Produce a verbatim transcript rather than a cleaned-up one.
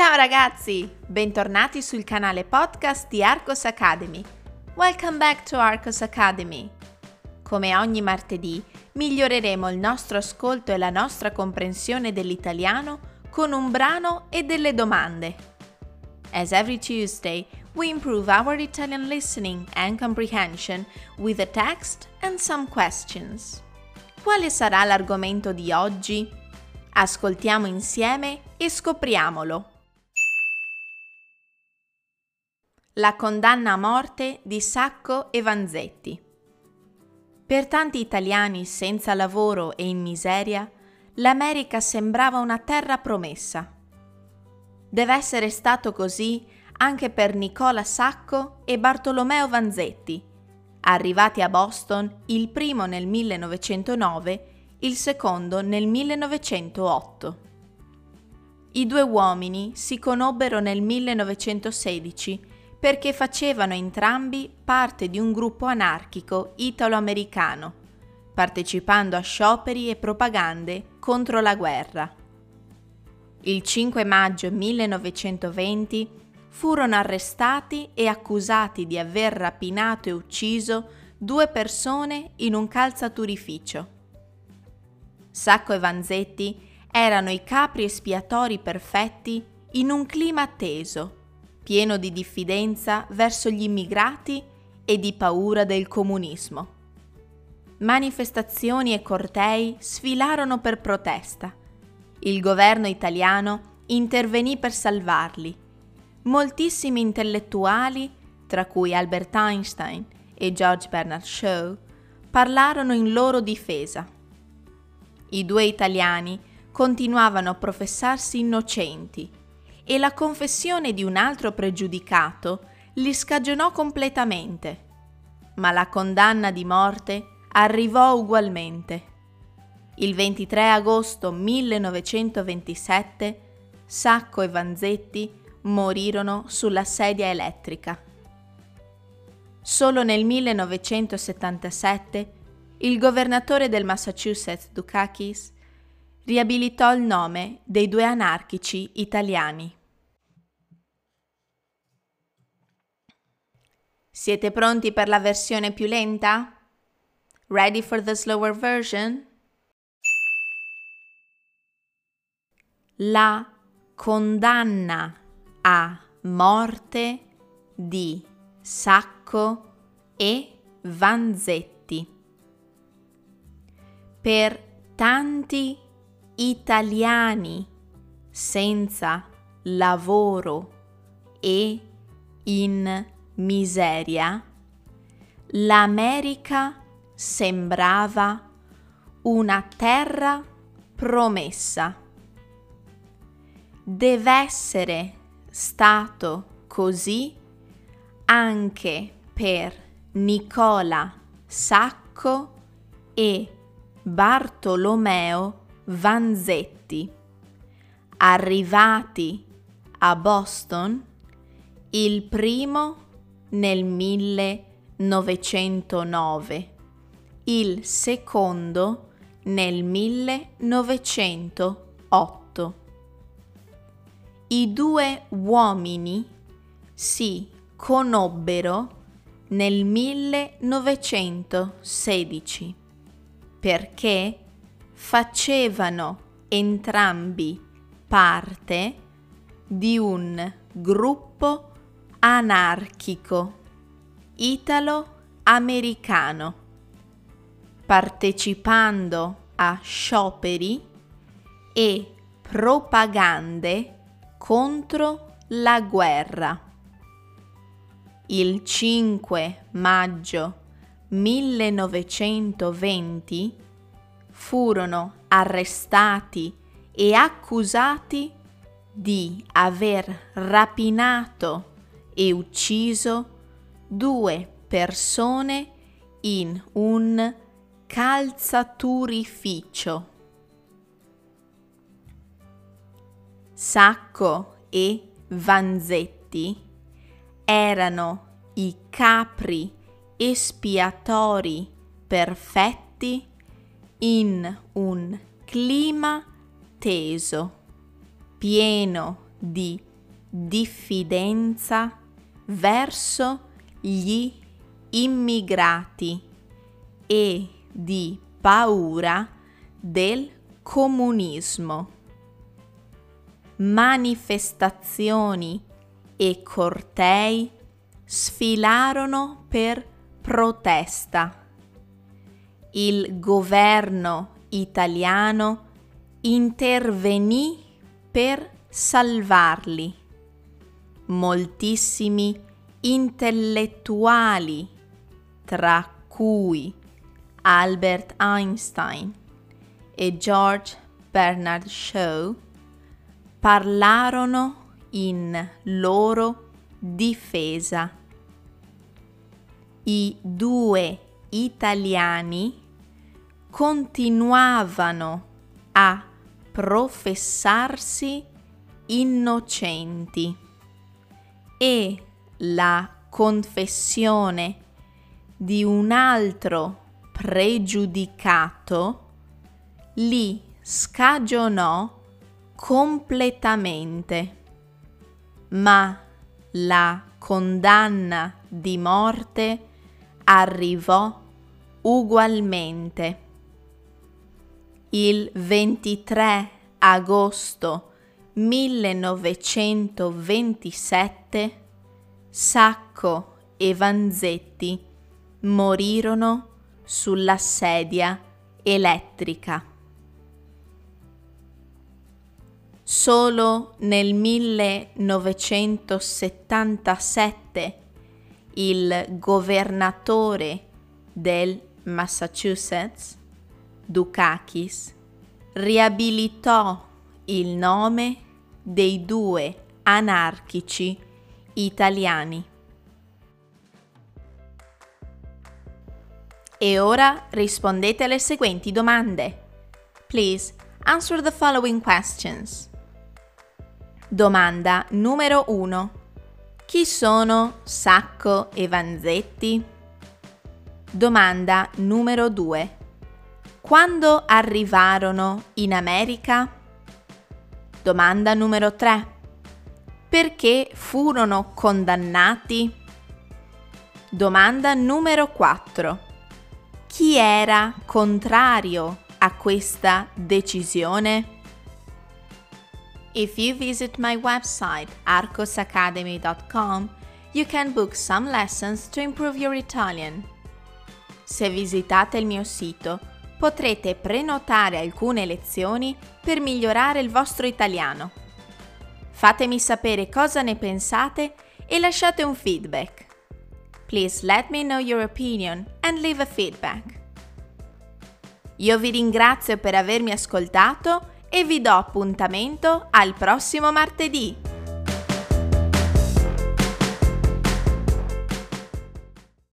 Ciao ragazzi, bentornati sul canale podcast di Arcos Academy. Welcome back to Arcos Academy. Come ogni martedì, miglioreremo il nostro ascolto e la nostra comprensione dell'italiano con un brano e delle domande. As every Tuesday, we improve our Italian listening and comprehension with a text and some questions. Quale sarà l'argomento di oggi? Ascoltiamo insieme e scopriamolo. La condanna a morte di Sacco e Vanzetti. Per tanti italiani senza lavoro e in miseria, l'America sembrava una terra promessa. Deve essere stato così anche per Nicola Sacco e Bartolomeo Vanzetti, arrivati a Boston il primo nel millenovecentonove, il secondo nel millenovecentootto. I due uomini si conobbero nel millenovecentosedici perché facevano entrambi parte di un gruppo anarchico italo-americano, partecipando a scioperi e propagande contro la guerra. Il cinque maggio millenovecentoventi furono arrestati e accusati di aver rapinato e ucciso due persone in un calzaturificio. Sacco e Vanzetti erano i capri espiatori perfetti in un clima teso, pieno di diffidenza verso gli immigrati e di paura del comunismo. Manifestazioni e cortei sfilarono per protesta. Il governo italiano intervenì per salvarli. Moltissimi intellettuali, tra cui Albert Einstein e George Bernard Shaw, parlarono in loro difesa. I due italiani continuavano a professarsi innocenti e la confessione di un altro pregiudicato li scagionò completamente, ma la condanna di morte arrivò ugualmente. Il ventitré agosto millenovecentoventisette Sacco e Vanzetti morirono sulla sedia elettrica. Solo nel millenovecentosettantasette il governatore del Massachusetts Dukakis riabilitò il nome dei due anarchici italiani. Siete pronti per la versione più lenta? Ready for the slower version? La condanna a morte di Sacco e Vanzetti. Per tanti italiani senza lavoro e in miseria, l'America sembrava una terra promessa. Deve essere stato così anche per Nicola Sacco e Bartolomeo Vanzetti, arrivati a Boston il primo nel millenovecentonove, il secondo nel millenovecentootto. I due uomini si conobbero nel millenovecentosedici perché facevano entrambi parte di un gruppo anarchico italo-americano, partecipando a scioperi e propagande contro la guerra. Il cinque maggio millenovecentoventi furono arrestati e accusati di aver rapinato e ucciso due persone in un calzaturificio. Sacco e Vanzetti erano i capri espiatori perfetti in un clima teso, pieno di diffidenza verso gli immigrati e di paura del comunismo. Manifestazioni e cortei sfilarono per protesta. Il governo italiano intervenì per salvarli. Moltissimi intellettuali, tra cui Albert Einstein e George Bernard Shaw, parlarono in loro difesa. I due italiani continuavano a professarsi innocenti e la confessione di un altro pregiudicato li scagionò completamente, ma la condanna di morte arrivò ugualmente. Il ventitré agosto millenovecentoventisette Sacco e Vanzetti morirono sulla sedia elettrica. Solo nel millenovecentosettantasette il governatore del Massachusetts, Dukakis, riabilitò il nome dei due anarchici italiani. E ora rispondete alle seguenti domande. Please answer the following questions. Domanda numero uno. Chi sono Sacco e Vanzetti? Domanda numero due. Quando arrivarono in America? Domanda numero tre. Perché furono condannati? Domanda numero quattro. Chi era contrario a questa decisione? If you visit my website arcos academy dot com, you can book some lessons to improve your Italian. Se visitate il mio sito, potrete prenotare alcune lezioni per migliorare il vostro italiano. Fatemi sapere cosa ne pensate e lasciate un feedback. Please let me know your opinion and leave a feedback. Io vi ringrazio per avermi ascoltato e vi do appuntamento al prossimo martedì.